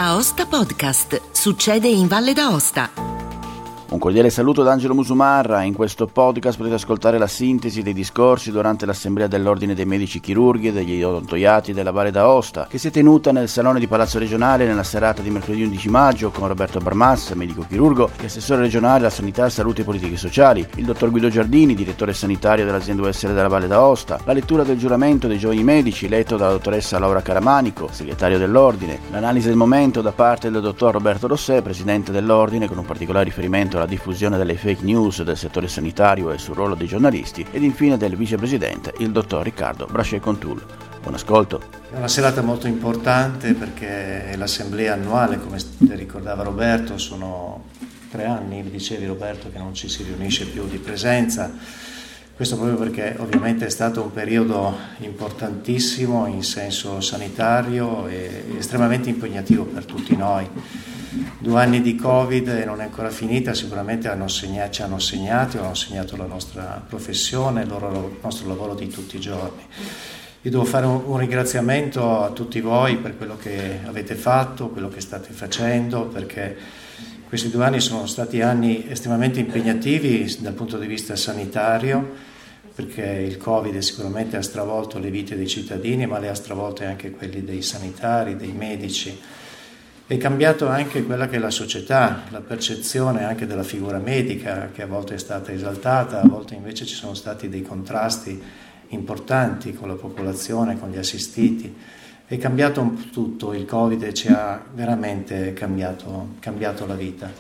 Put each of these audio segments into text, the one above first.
Aosta Podcast. Succede in Valle d'Aosta. Un cordiale saluto da Angelo Musumarra. In questo podcast potete ascoltare la sintesi dei discorsi durante l'assemblea dell'Ordine dei Medici Chirurghi e degli Odontoiatri della Valle d'Aosta, che si è tenuta nel Salone di Palazzo Regionale nella serata di mercoledì 11 maggio con Roberto Barmas, medico chirurgo, e assessore regionale alla Sanità, Salute e Politiche Sociali, il dottor Guido Giardini, direttore sanitario dell'azienda USL della Valle d'Aosta, la lettura del giuramento dei giovani medici letto dalla dottoressa Laura Caramanico, segretario dell'Ordine, l'analisi del momento da parte del dottor Roberto Rossè, presidente dell'Ordine, con un particolare riferimento alla diffusione delle fake news del settore sanitario e sul ruolo dei giornalisti, ed infine del vicepresidente, il dottor Riccardo Brachet-Contul. Buon ascolto. È una serata molto importante perché è l'assemblea annuale, come ricordava Roberto, sono 3 anni, dicevi Roberto, che non ci si riunisce più di presenza. Questo proprio perché ovviamente è stato un periodo importantissimo in senso sanitario e estremamente impegnativo per tutti noi. 2 anni di Covid e non è ancora finita, sicuramente ci hanno segnato la nostra professione, il nostro lavoro di tutti i giorni. Io devo fare un ringraziamento a tutti voi per quello che avete fatto, quello che state facendo, perché questi 2 anni sono stati anni estremamente impegnativi dal punto di vista sanitario, perché il Covid sicuramente ha stravolto le vite dei cittadini, ma le ha stravolte anche quelli dei sanitari, dei medici. È cambiato anche quella che è la società, la percezione anche della figura medica, che a volte è stata esaltata, a volte invece ci sono stati dei contrasti importanti con la popolazione, con gli assistiti. È cambiato tutto, il Covid ci ha veramente cambiato la vita.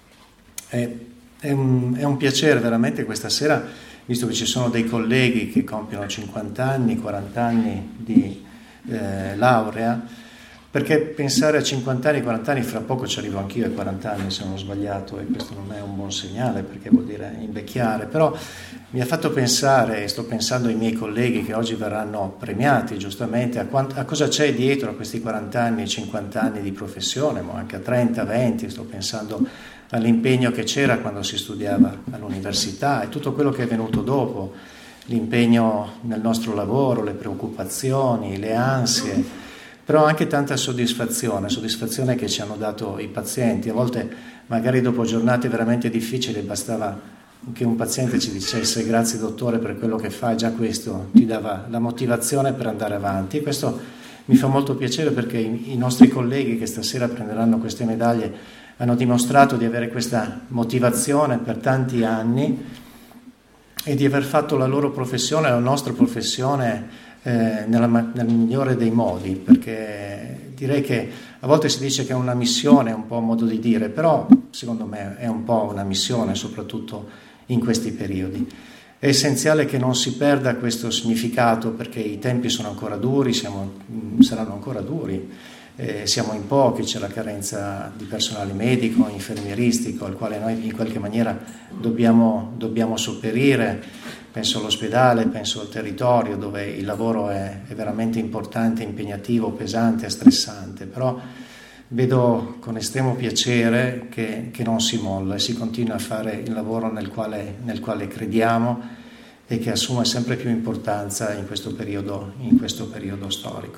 È un piacere veramente questa sera, visto che ci sono dei colleghi che compiono 50 anni, 40 anni di laurea, perché pensare a 50 anni, 40 anni, fra poco ci arrivo anch'io ai 40 anni se non ho sbagliato, e questo non è un buon segnale perché vuol dire invecchiare, però mi ha fatto pensare, e sto pensando ai miei colleghi che oggi verranno premiati giustamente, a cosa c'è dietro a questi 40 anni, 50 anni di professione, ma anche a 30, 20, sto pensando all'impegno che c'era quando si studiava all'università e tutto quello che è venuto dopo, l'impegno nel nostro lavoro, le preoccupazioni, le ansie, però anche tanta soddisfazione che ci hanno dato i pazienti. A volte magari dopo giornate veramente difficili bastava che un paziente ci dicesse grazie dottore per quello che fai, già questo ti dava la motivazione per andare avanti. E questo mi fa molto piacere perché i nostri colleghi che stasera prenderanno queste medaglie hanno dimostrato di avere questa motivazione per tanti anni e di aver fatto la loro professione, la nostra professione, nel migliore dei modi, perché direi che a volte si dice che è una missione, è un po' un modo di dire, però secondo me è un po' una missione, soprattutto in questi periodi. È essenziale che non si perda questo significato, perché i tempi sono ancora duri, saranno ancora duri, siamo in pochi, c'è la carenza di personale medico, infermieristico, al quale noi in qualche maniera dobbiamo sopperire. Penso all'ospedale, penso al territorio dove il lavoro è veramente importante, impegnativo, pesante, stressante, però vedo con estremo piacere che non si molla e si continua a fare il lavoro nel quale crediamo e che assume sempre più importanza in questo periodo storico.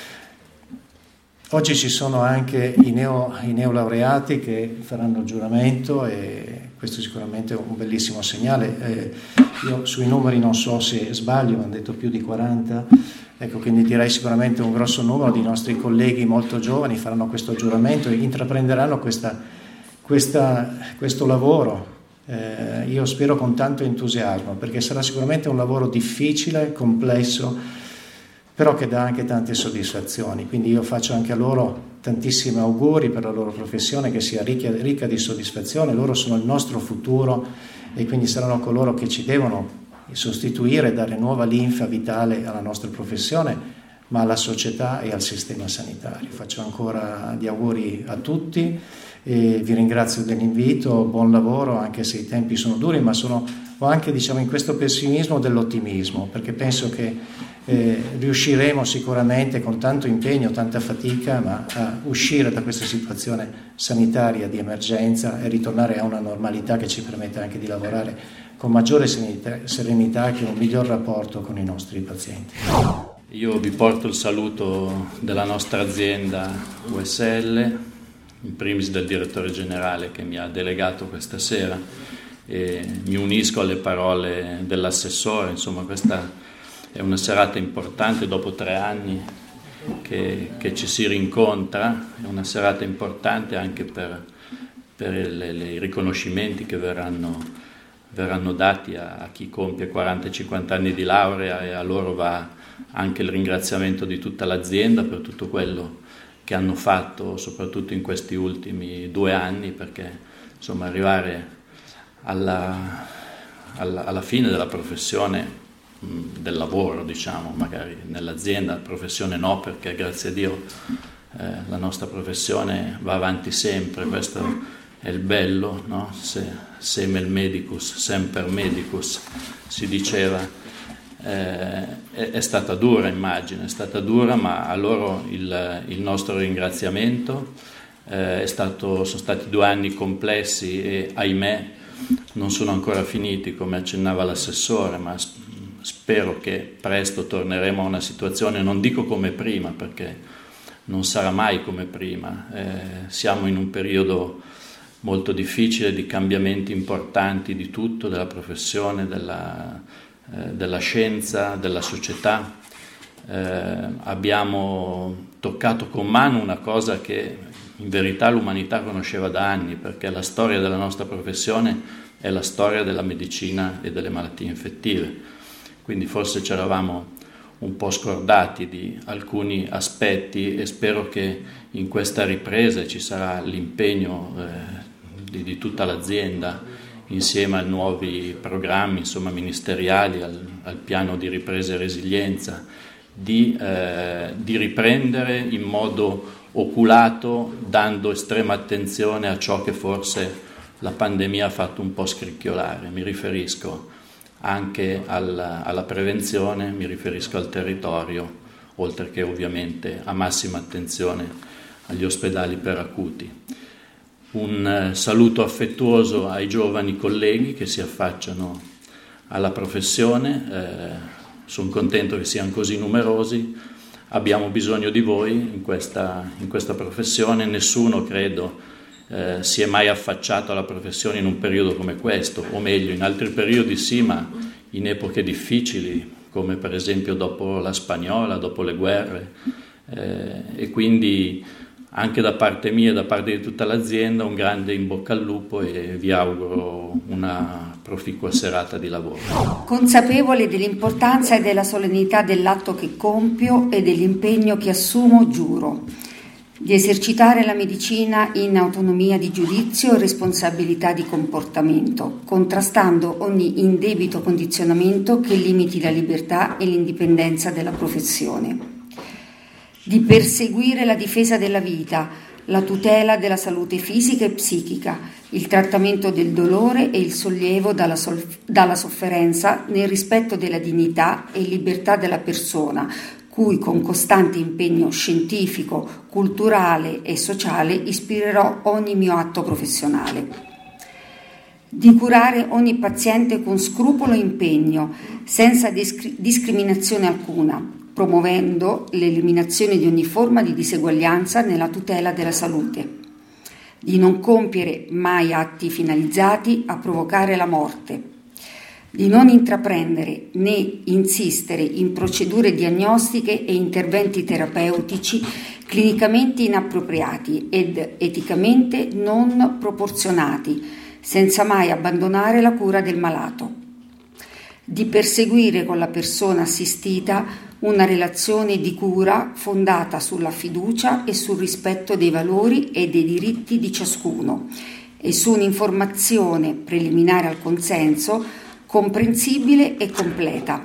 Oggi ci sono anche i neolaureati che faranno il giuramento e questo sicuramente è un bellissimo segnale. Io sui numeri non so se sbaglio, mi hanno detto più di 40, ecco, quindi direi sicuramente un grosso numero di nostri colleghi molto giovani faranno questo giuramento e intraprenderanno questo lavoro. Io spero con tanto entusiasmo, perché sarà sicuramente un lavoro difficile, complesso, però che dà anche tante soddisfazioni. Quindi io faccio anche a loro tantissimi auguri per la loro professione, che sia ricca di soddisfazione. Loro sono il nostro futuro e quindi saranno coloro che ci devono sostituire, dare nuova linfa vitale alla nostra professione, ma alla società e al sistema sanitario. Faccio ancora gli auguri a tutti e vi ringrazio dell'invito, buon lavoro, anche se i tempi sono duri, ma ho anche, in questo pessimismo dell'ottimismo, perché penso che riusciremo sicuramente con tanto impegno, tanta fatica, ma a uscire da questa situazione sanitaria di emergenza e ritornare a una normalità che ci permetta anche di lavorare con maggiore serenità e con un miglior rapporto con i nostri pazienti. Io vi porto il saluto della nostra azienda USL, in primis del direttore generale che mi ha delegato questa sera, e mi unisco alle parole dell'assessore. Insomma, questa è una serata importante dopo 3 anni che ci si rincontra, è una serata importante anche per i riconoscimenti che verranno dati a chi compie 40-50 anni di laurea, e a loro va anche il ringraziamento di tutta l'azienda per tutto quello che hanno fatto, soprattutto in questi ultimi 2 anni, perché insomma arrivare alla fine della professione, del lavoro, diciamo, magari nell'azienda, professione no, perché grazie a Dio la nostra professione va avanti sempre, questo è il bello, no? Semel medicus, semper medicus, si diceva. È stata dura, immagino, è stata dura, ma a loro il nostro ringraziamento. Sono stati 2 anni complessi e, ahimè, non sono ancora finiti, come accennava l'assessore, ma spero che presto torneremo a una situazione, non dico come prima, perché non sarà mai come prima. Siamo in un periodo molto difficile di cambiamenti importanti di tutto, della professione, della scienza, della società. Abbiamo toccato con mano una cosa che in verità l'umanità conosceva da anni, perché la storia della nostra professione è la storia della medicina e delle malattie infettive. Quindi forse ci eravamo un po' scordati di alcuni aspetti, e spero che in questa ripresa ci sarà l'impegno di tutta l'azienda, insieme ai nuovi programmi, insomma, ministeriali, al piano di ripresa e resilienza, di riprendere in modo oculato, dando estrema attenzione a ciò che forse la pandemia ha fatto un po' scricchiolare. Mi riferisco anche alla prevenzione, mi riferisco al territorio, oltre che ovviamente a massima attenzione agli ospedali per acuti. Un saluto affettuoso ai giovani colleghi che si affacciano alla professione, sono contento che siano così numerosi, abbiamo bisogno di voi in questa professione. Nessuno, credo, si è mai affacciato alla professione in un periodo come questo, o meglio, in altri periodi sì, ma in epoche difficili, come per esempio dopo la spagnola, dopo le guerre, e quindi anche da parte mia e da parte di tutta l'azienda un grande in bocca al lupo, e vi auguro una proficua serata di lavoro. Consapevole dell'importanza e della solennità dell'atto che compio e dell'impegno che assumo, giuro di esercitare la medicina in autonomia di giudizio e responsabilità di comportamento, contrastando ogni indebito condizionamento che limiti la libertà e l'indipendenza della professione. Di perseguire la difesa della vita, la tutela della salute fisica e psichica, il trattamento del dolore e il sollievo dalla sofferenza nel rispetto della dignità e libertà della persona, cui con costante impegno scientifico, culturale e sociale ispirerò ogni mio atto professionale. Di curare ogni paziente con scrupolo e impegno, senza discriminazione alcuna, promuovendo l'eliminazione di ogni forma di diseguaglianza nella tutela della salute. Di non compiere mai atti finalizzati a provocare la morte. Di non intraprendere né insistere in procedure diagnostiche e interventi terapeutici clinicamente inappropriati ed eticamente non proporzionati, senza mai abbandonare la cura del malato. Di perseguire con la persona assistita una relazione di cura fondata sulla fiducia e sul rispetto dei valori e dei diritti di ciascuno, e su un'informazione preliminare al consenso comprensibile e completa,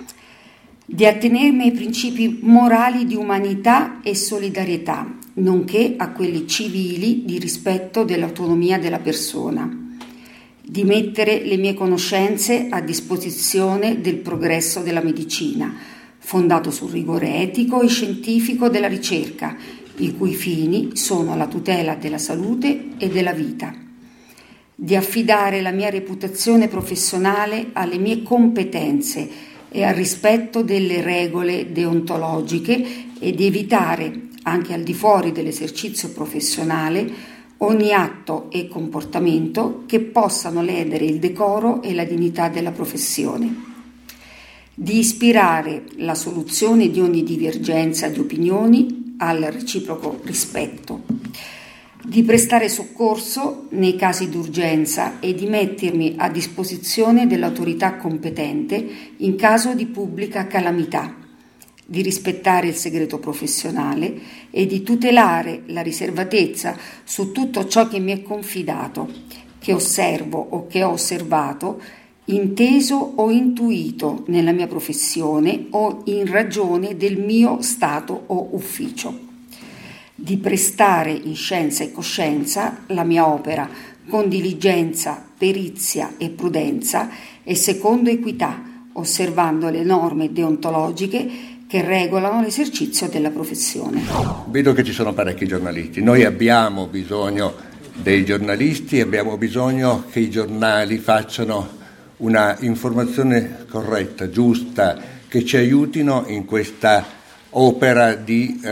di attenermi ai principi morali di umanità e solidarietà, nonché a quelli civili di rispetto dell'autonomia della persona, di mettere le mie conoscenze a disposizione del progresso della medicina, fondato sul rigore etico e scientifico della ricerca, i cui fini sono la tutela della salute e della vita. Di affidare la mia reputazione professionale alle mie competenze e al rispetto delle regole deontologiche e di evitare, anche al di fuori dell'esercizio professionale, ogni atto e comportamento che possano ledere il decoro e la dignità della professione, di ispirare la soluzione di ogni divergenza di opinioni al reciproco rispetto, di prestare soccorso nei casi d'urgenza e di mettermi a disposizione dell'autorità competente in caso di pubblica calamità, di rispettare il segreto professionale e di tutelare la riservatezza su tutto ciò che mi è confidato, che osservo o che ho osservato, inteso o intuito nella mia professione o in ragione del mio stato o ufficio, di prestare in scienza e coscienza la mia opera con diligenza, perizia e prudenza e secondo equità, osservando le norme deontologiche che regolano l'esercizio della professione. Vedo che ci sono parecchi giornalisti. Noi abbiamo bisogno dei giornalisti, abbiamo bisogno che i giornali facciano una informazione corretta, giusta, che ci aiutino in questa opera di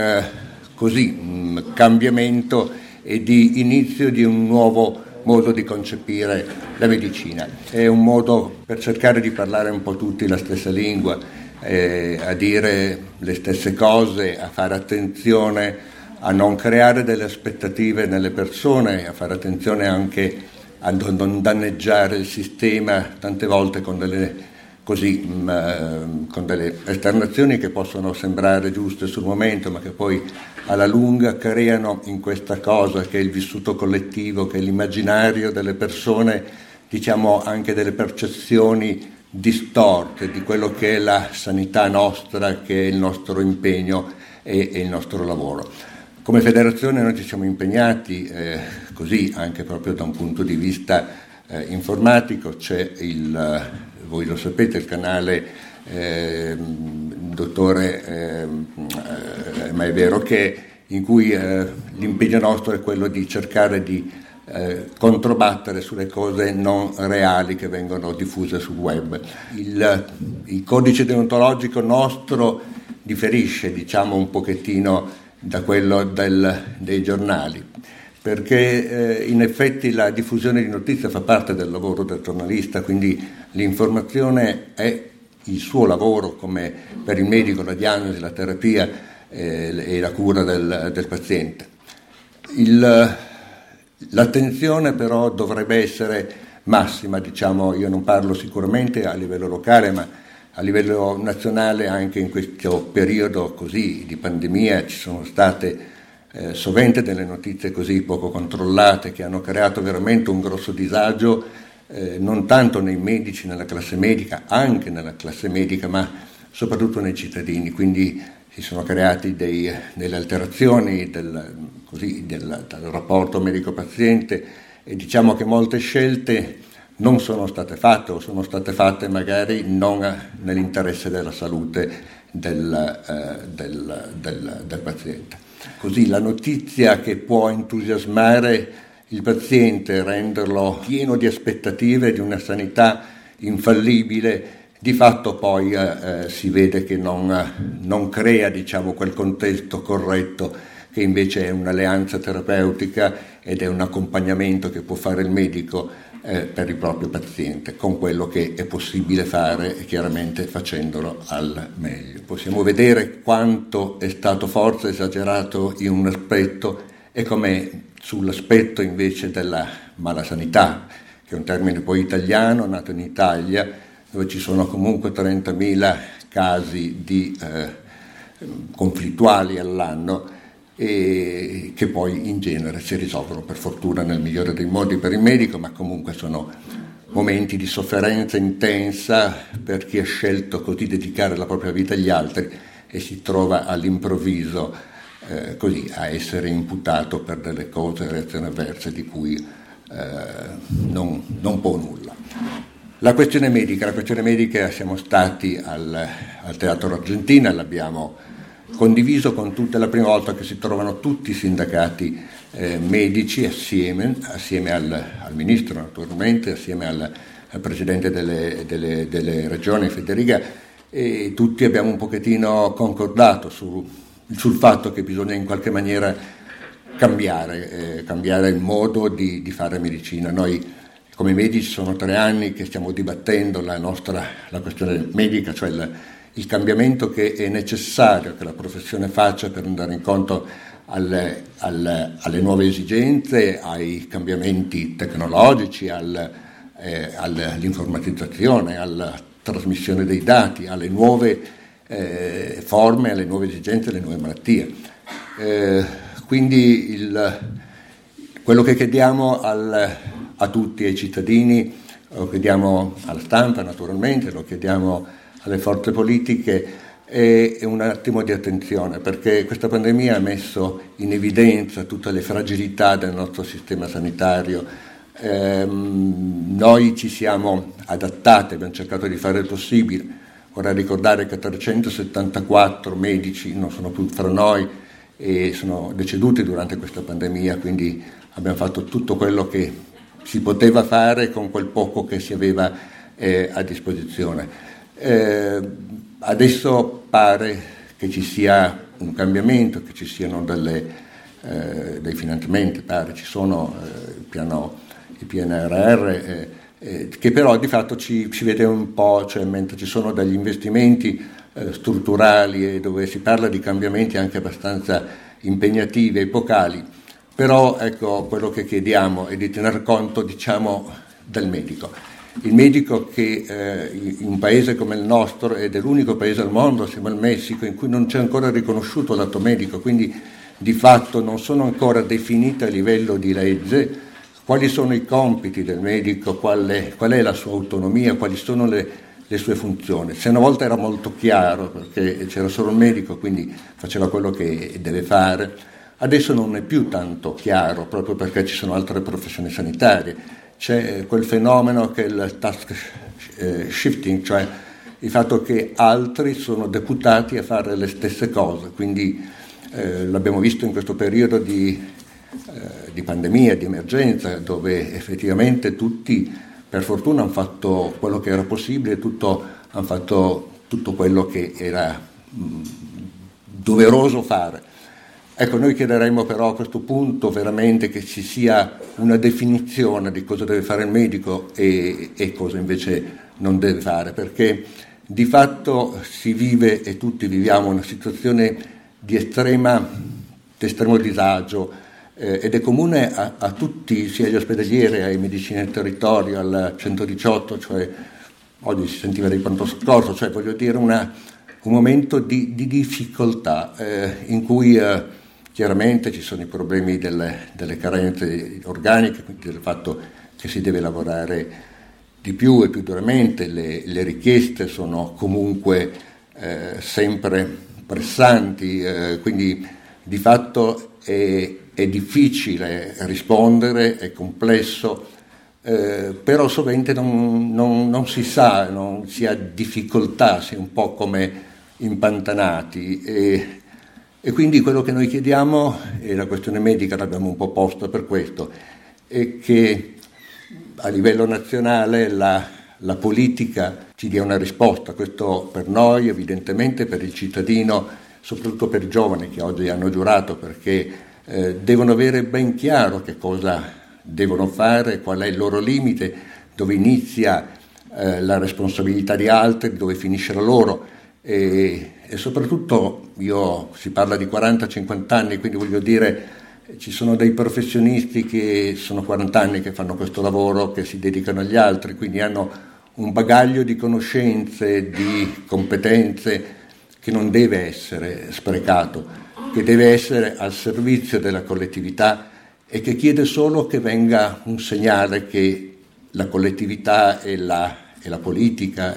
cambiamento e di inizio di un nuovo modo di concepire la medicina. È un modo per cercare di parlare un po' tutti la stessa lingua, a dire le stesse cose, a fare attenzione a non creare delle aspettative nelle persone, a fare attenzione anche a non danneggiare il sistema tante volte con delle esternazioni che possono sembrare giuste sul momento, ma che poi alla lunga creano in questa cosa che è il vissuto collettivo, che è l'immaginario delle persone, diciamo anche delle percezioni distorte di quello che è la sanità nostra, che è il nostro impegno e il nostro lavoro. Come federazione noi ci siamo impegnati così anche proprio da un punto di vista informatico. C'è voi lo sapete, il canale Dottore, ma è vero che in cui l'impegno nostro è quello di cercare di controbattere sulle cose non reali che vengono diffuse sul web. Il codice deontologico nostro differisce, diciamo, un pochettino da quello dei giornali, perché in effetti la diffusione di notizie fa parte del lavoro del giornalista, quindi l'informazione è il suo lavoro, come per il medico la diagnosi, la terapia e la cura del paziente. L'attenzione però dovrebbe essere massima, diciamo, io non parlo sicuramente a livello locale, ma a livello nazionale. Anche in questo periodo così di pandemia ci sono state sovente delle notizie così poco controllate che hanno creato veramente un grosso disagio, non tanto nei medici, nella classe medica, anche nella classe medica, ma soprattutto nei cittadini. Quindi si sono creati delle alterazioni del rapporto medico-paziente, e diciamo che molte scelte non sono state fatte o sono state fatte magari non nell'interesse della salute del paziente. Così la notizia che può entusiasmare il paziente, renderlo pieno di aspettative di una sanità infallibile, di fatto poi si vede che non crea, diciamo, quel contesto corretto che invece è un'alleanza terapeutica ed è un accompagnamento che può fare il medico per il proprio paziente, con quello che è possibile fare e chiaramente facendolo al meglio. Possiamo vedere quanto è stato forse esagerato in un aspetto e come sull'aspetto invece della malasanità, che è un termine poi italiano, nato in Italia, dove ci sono comunque 30.000 casi di conflittuali all'anno, e che poi in genere si risolvono per fortuna nel migliore dei modi per il medico, ma comunque sono momenti di sofferenza intensa per chi ha scelto così dedicare la propria vita agli altri e si trova all'improvviso così a essere imputato per delle cose, reazioni avverse di cui non può nulla. La questione medica, siamo stati al Teatro Argentina, l'abbiamo condiviso con tutte, la prima volta che si trovano tutti i sindacati medici assieme al ministro naturalmente, assieme al presidente delle regioni Federica, e tutti abbiamo un pochettino concordato sul fatto che bisogna in qualche maniera cambiare il modo di fare medicina. Noi come medici sono 3 anni che stiamo dibattendo la questione medica, cioè il cambiamento che è necessario che la professione faccia per andare incontro alle nuove esigenze, ai cambiamenti tecnologici, all'informatizzazione, alla trasmissione dei dati, alle nuove forme, alle nuove esigenze, alle nuove malattie. Quindi quello che chiediamo a tutti, ai cittadini, lo chiediamo alla stampa naturalmente, lo chiediamo alle forze politiche, è un attimo di attenzione, perché questa pandemia ha messo in evidenza tutte le fragilità del nostro sistema sanitario. Noi ci siamo adattati, abbiamo cercato di fare il possibile. Vorrei ricordare che 374 medici non sono più fra noi e sono deceduti durante questa pandemia, quindi abbiamo fatto tutto quello che si poteva fare con quel poco che si aveva a disposizione. Adesso pare che ci sia un cambiamento, che ci siano dei finanziamenti, ci sono il PNRR, che però di fatto ci vede un po', cioè mentre ci sono degli investimenti strutturali e dove si parla di cambiamenti anche abbastanza impegnativi e epocali, però ecco, quello che chiediamo è di tener conto, diciamo, del medico. Il medico che in un paese come il nostro, ed è l'unico paese al mondo assieme al Messico in cui non c'è ancora riconosciuto l'atto medico, quindi di fatto non sono ancora definite a livello di legge quali sono i compiti del medico, qual è la sua autonomia, quali sono le sue funzioni. Se una volta era molto chiaro perché c'era solo il medico, quindi faceva quello che deve fare, adesso non è più tanto chiaro proprio perché ci sono altre professioni sanitarie. C'è quel fenomeno che è il task shifting, cioè il fatto che altri sono deputati a fare le stesse cose, quindi l'abbiamo visto in questo periodo di pandemia, di emergenza, dove effettivamente tutti per fortuna hanno fatto quello che era possibile, hanno fatto tutto quello che era doveroso fare. Ecco, noi chiederemmo però a questo punto veramente che ci sia una definizione di cosa deve fare il medico e cosa invece non deve fare, perché di fatto si vive e tutti viviamo una situazione di estremo disagio ed è comune a tutti, sia agli ospedalieri, ai medici del territorio, al 118, cioè oggi si sentiva dei pronto soccorso, cioè voglio dire un momento di difficoltà in cui chiaramente ci sono i problemi delle carenze organiche, quindi del fatto che si deve lavorare di più e più duramente, le richieste sono comunque sempre pressanti, quindi di fatto è difficile rispondere, è complesso, però sovente non si sa, non si ha difficoltà, si è un po' come impantanati e quindi quello che noi chiediamo, e la questione medica l'abbiamo un po' posta per questo, è che a livello nazionale la politica ci dia una risposta, questo per noi evidentemente, per il cittadino, soprattutto per i giovani che oggi hanno giurato, perché devono avere ben chiaro che cosa devono fare, qual è il loro limite, dove inizia la responsabilità di altri, dove finisce la loro e soprattutto si parla di 40-50 anni, quindi voglio dire ci sono dei professionisti che sono 40 anni che fanno questo lavoro, che si dedicano agli altri, quindi hanno un bagaglio di conoscenze, di competenze che non deve essere sprecato, che deve essere al servizio della collettività e che chiede solo che venga un segnale che la collettività e la politica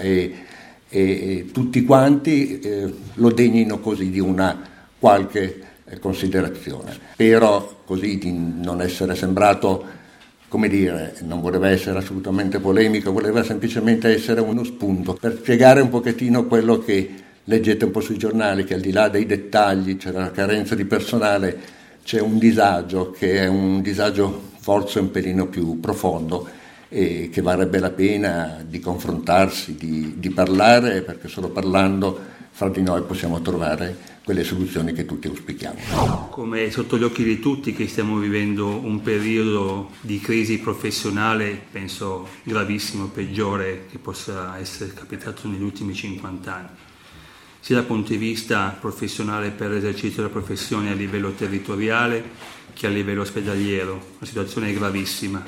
e tutti quanti lo degnino così di una qualche considerazione. Spero così di non essere sembrato, come dire, non voleva essere assolutamente polemico, voleva semplicemente essere uno spunto per spiegare un pochettino quello che leggete un po' sui giornali, che al di là dei dettagli c'è la carenza di personale, c'è un disagio che è un disagio forse un pelino più profondo e che varrebbe la pena di confrontarsi, di parlare, perché solo parlando fra di noi possiamo trovare quelle soluzioni che tutti auspichiamo. Come è sotto gli occhi di tutti che stiamo vivendo un periodo di crisi professionale, penso gravissimo, peggiore che possa essere capitato negli ultimi 50 anni, sia dal punto di vista professionale per l'esercizio della professione a livello territoriale che a livello ospedaliero. La situazione è gravissima.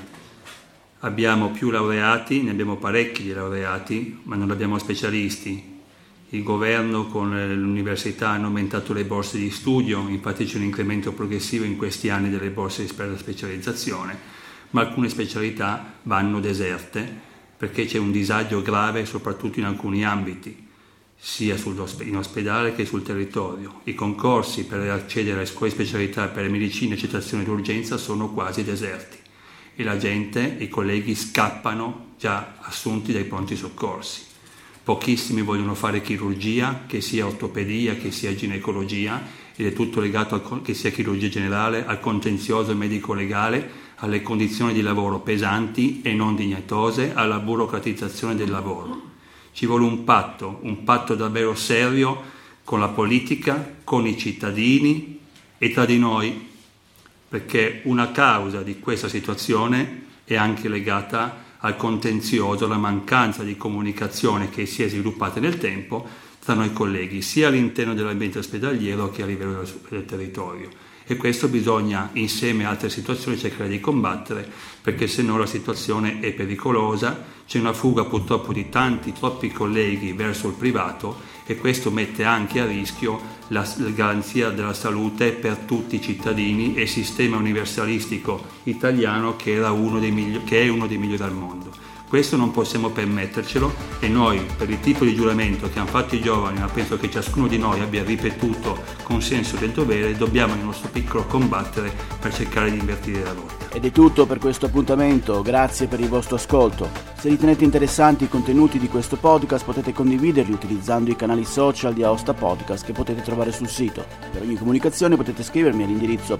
Abbiamo più laureati, ne abbiamo parecchi di laureati, ma non abbiamo specialisti. Il governo con l'università hanno aumentato le borse di studio, infatti c'è un incremento progressivo in questi anni delle borse per la specializzazione, ma alcune specialità vanno deserte perché c'è un disagio grave soprattutto in alcuni ambiti, sia in ospedale che sul territorio. I concorsi per accedere alle scuole di specialità per le medicine e accettazione d'urgenza sono quasi deserti e la gente, i colleghi scappano già assunti dai pronti soccorsi. Pochissimi vogliono fare chirurgia, che sia ortopedia, che sia ginecologia, ed è tutto legato che sia chirurgia generale, al contenzioso medico-legale, alle condizioni di lavoro pesanti e non dignitose, alla burocratizzazione del lavoro. Ci vuole un patto davvero serio con la politica, con i cittadini e tra di noi, perché una causa di questa situazione è anche legata al contenzioso, alla mancanza di comunicazione che si è sviluppata nel tempo tra noi colleghi, sia all'interno dell'ambiente ospedaliero che a livello del territorio. E questo bisogna, insieme a altre situazioni, cercare di combattere, perché se no la situazione è pericolosa, c'è una fuga purtroppo di troppi colleghi verso il privato e questo mette anche a rischio la garanzia della salute per tutti i cittadini e il sistema universalistico italiano che è uno dei migliori al mondo. Questo non possiamo permettercelo e noi, per il tipo di giuramento che hanno fatto i giovani, ma penso che ciascuno di noi abbia ripetuto con senso del dovere, dobbiamo nel nostro piccolo combattere per cercare di invertire la rotta. Ed è tutto per questo appuntamento, grazie per il vostro ascolto. Se ritenete interessanti i contenuti di questo podcast potete condividerli utilizzando i canali social di Aosta Podcast che potete trovare sul sito. Per ogni comunicazione potete scrivermi all'indirizzo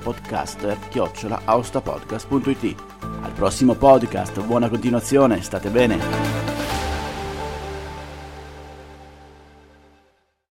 podcaster@aostapodcast.it. Al prossimo podcast, buona continuazione, state bene!